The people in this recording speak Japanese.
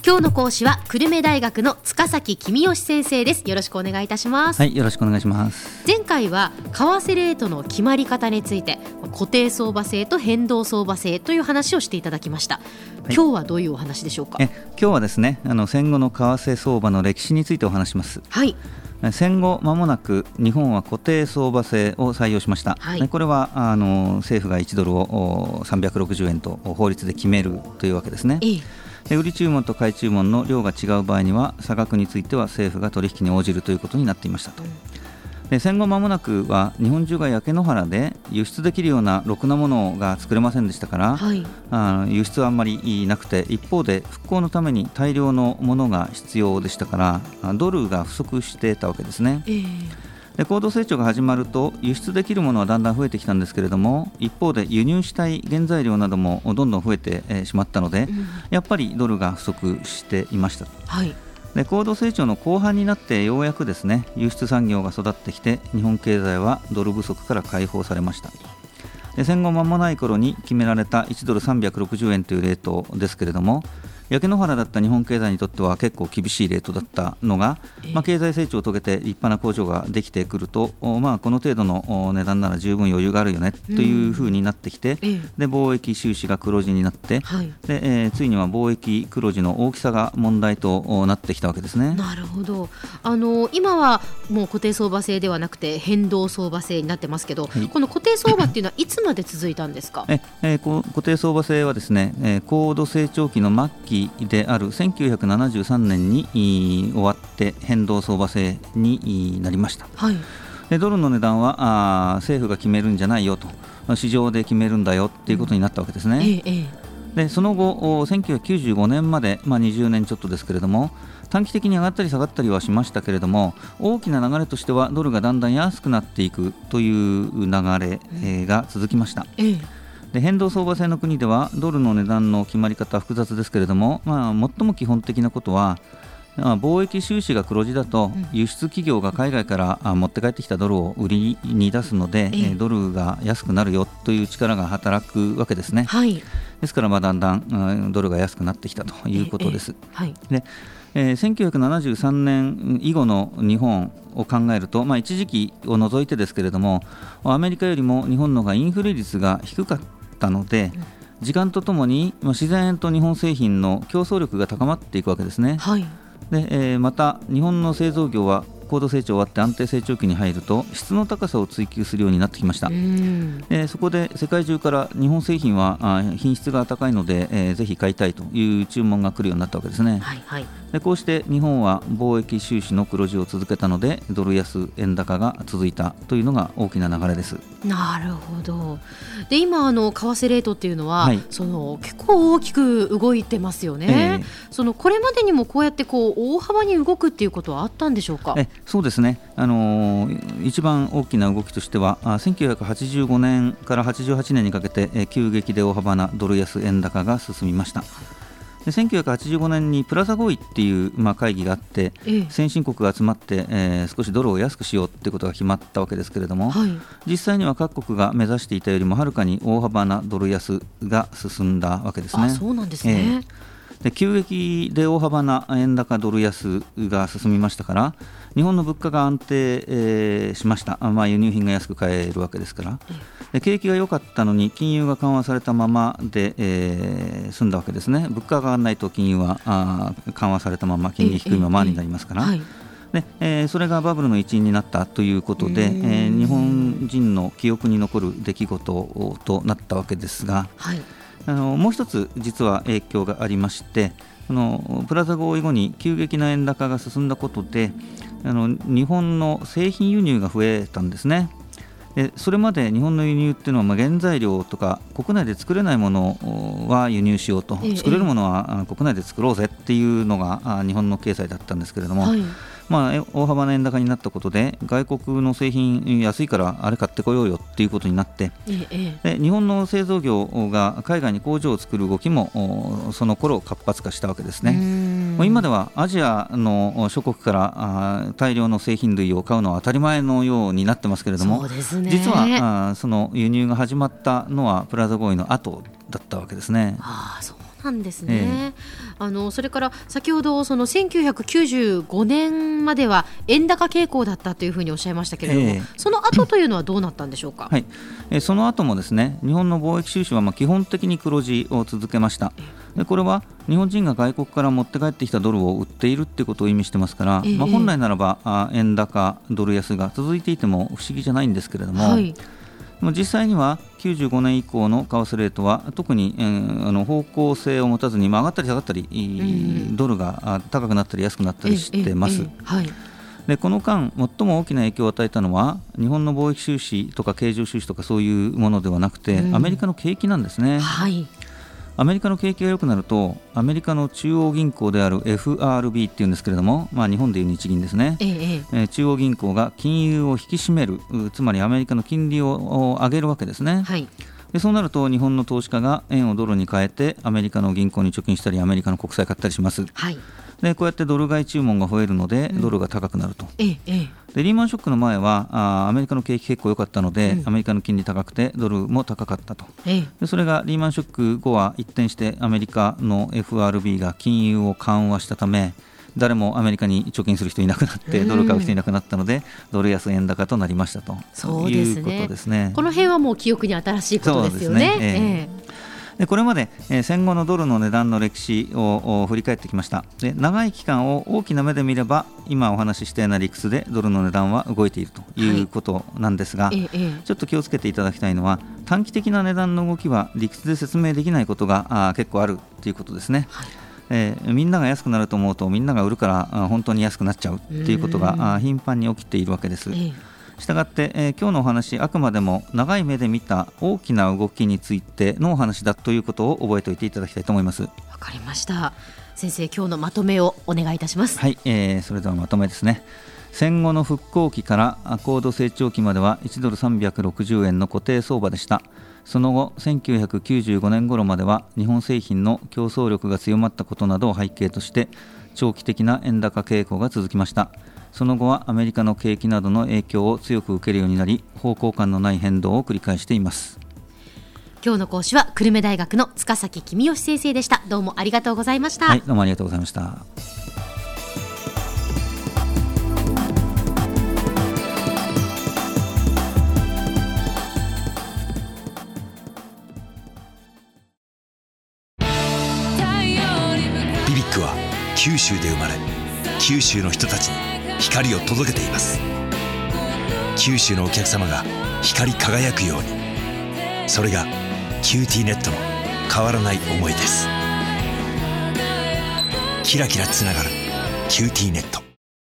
今日の講師は久留米大学の塚崎公義先生です。よろしくお願いいたします。 はい、よろしくお願いします。 前回は為替レートの決まり方について固定相場制と変動相場制という話をしていただきました。今日はどういうお話でしょうか。 今日はですね、戦後の為替相場の歴史についてお話します。 はい。 戦後間もなく日本は固定相場制を採用しました。はい、これは政府が1ドルを360円と法律で決めるというわけですね。売り注文と買い注文の量が違う場合には差額については政府が取引に応じるということになっていましたと。で戦後間もなくは日本中が焼け野原で輸出できるようなろくなものが作れませんでしたから、はい、輸出はあんまりなくて、一方で復興のために大量のものが必要でしたからドルが不足していたわけですね。で高度成長が始まると輸出できるものはだんだん増えてきたんですけれども、一方で輸入したい原材料などもどんどん増えてしまったので、やっぱりドルが不足していました。はい、で高度成長の後半になってようやくですね、輸出産業が育ってきて日本経済はドル不足から解放されました。で戦後間もない頃に決められた1ドル360円というレートですけれども、焼け野原だった日本経済にとっては結構厳しいレートだったのが、経済成長を遂げて立派な工場ができてくると、この程度の値段なら十分余裕があるよねというふうになってきて、で貿易収支が黒字になって、でついには貿易黒字の大きさが問題となってきたわけですね。 なるほど。今はもう固定相場制ではなくて変動相場制になってますけど、この固定相場っていうのはいつまで続いたんですか。 固定相場制はですね、高度成長期の末期である1973年に終わって変動相場制になりました。はい、でドルの値段は政府が決めるんじゃないよと、市場で決めるんだよということになったわけですね。でその後1995年まで、20年ちょっとですけれども、短期的に上がったり下がったりはしましたけれども、大きな流れとしてはドルがだんだん安くなっていくという流れが続きました。で変動相場制の国ではドルの値段の決まり方は複雑ですけれども、最も基本的なことは、貿易収支が黒字だと輸出企業が海外から持って帰ってきたドルを売りに出すので、ドルが安くなるよという力が働くわけですね。はい、ですからだんだんドルが安くなってきたということです。で1973年以後の日本を考えると、一時期を除いてですけれども、アメリカよりも日本の方がインフレ率が低かったので、時間とともに自然と日本製品の競争力が高まっていくわけですね。はい、でまた日本の製造業は高度成長終わって安定成長期に入ると質の高さを追求するようになってきました。そこで世界中から日本製品は品質が高いので、ぜひ買いたいという注文が来るようになったわけですね。でこうして日本は貿易収支の黒字を続けたので、ドル安円高が続いたというのが大きな流れです。 なるほど。で今為替レートっていうのは、結構大きく動いてますよね。これまでにもこうやって大幅に動くっていうことはあったんでしょうか。 そうですね、一番大きな動きとしては1985年から88年にかけて急激で大幅なドル安円高が進みました。で1985年にプラザ合意っていう、会議があって、先進国が集まって、少しドルを安くしようということが決まったわけですけれども、実際には各国が目指していたよりもはるかに大幅なドル安が進んだわけですね。 そうなんですね。 で急激で大幅な円高ドル安が進みましたから、日本の物価が安定、しました。輸入品が安く買えるわけですから。で景気が良かったのに金融が緩和されたままで、済んだわけですね。物価が上がらないと金融は緩和されたまま金利低いままになりますから、でそれがバブルの一因になったということで、日本人の記憶に残る出来事となったわけですが、もう一つ実は影響がありまして、プラザ合意後に急激な円高が進んだことで、日本の製品輸入が増えたんですね。でそれまで日本の輸入っていうのは、原材料とか国内で作れないものは輸入しようと、作れるものは国内で作ろうぜっていうのが日本の経済だったんですけれども、大幅な円高になったことで外国の製品安いからあれ買ってこようよっていうことになって、で日本の製造業が海外に工場を作る動きもその頃活発化したわけですね。今ではアジアの諸国から大量の製品類を買うのは当たり前のようになってますけれども、実はその輸入が始まったのはプラザ合意の後だったわけですね。 そうなんですね。それから先ほどその1995年までは円高傾向だったというふうにおっしゃいましたけれども、その後というのはどうなったんでしょうか。 はい、その後もですね、日本の貿易収支は基本的に黒字を続けました。でこれは日本人が外国から持って帰ってきたドルを売っているということを意味してますから、本来ならば円高ドル安が続いていても不思議じゃないんですけれども、実際には95年以降の為替レートは特に、方向性を持たずに上がったり下がったり、ドルが高くなったり安くなったりしてます。でこの間最も大きな影響を与えたのは日本の貿易収支とか経常収支とかそういうものではなくて、アメリカの景気なんですね。アメリカの景気が良くなるとアメリカの中央銀行である FRB っていうんですけれども、日本でいう日銀ですね、中央銀行が金融を引き締める、つまりアメリカの金利を上げるわけですね。でそうなると日本の投資家が円をドルに変えてアメリカの銀行に貯金したりアメリカの国債買ったりします。でこうやってドル買い注文が増えるので、ドルが高くなると。でリーマンショックの前はアメリカの景気結構良かったので、アメリカの金利高くてドルも高かったと。でそれがリーマンショック後は一転してアメリカの FRB が金融を緩和したため、誰もアメリカに貯金する人いなくなってドル買う人いなくなったので、ドル安円高となりましたと。 そうですね、 いうことですね。 この辺はもう記憶に新しいことですよね。 でこれまで、戦後のドルの値段の歴史を振り返ってきました。で長い期間を大きな目で見れば今お話ししたような理屈でドルの値段は動いているということなんですが、ちょっと気をつけていただきたいのは短期的な値段の動きは理屈で説明できないことが結構あるということですね。みんなが安くなると思うとみんなが売るから本当に安くなっちゃうということが頻繁に起きているわけです。したがって、今日のお話あくまでも長い目で見た大きな動きについてのお話だということを覚えておいていただきたいと思います。 わかりました。先生、今日のまとめをお願いいたします。 はい、それではまとめですね。戦後の復興期から高度成長期までは1ドル360円の固定相場でした。その後1995年頃までは日本製品の競争力が強まったことなどを背景として長期的な円高傾向が続きました。その後はアメリカの景気などの影響を強く受けるようになり、方向感のない変動を繰り返しています。 今日の講師は久留米大学の塚崎公義先生でした。どうもありがとうございました。 はい、どうもありがとうございました。 ビビックは九州で生まれ、九州の人たちに光を届けています。九州のお客様が光り輝くように、それがキューティーネットの変わらない思いです。キラキラつながるキューティーネット。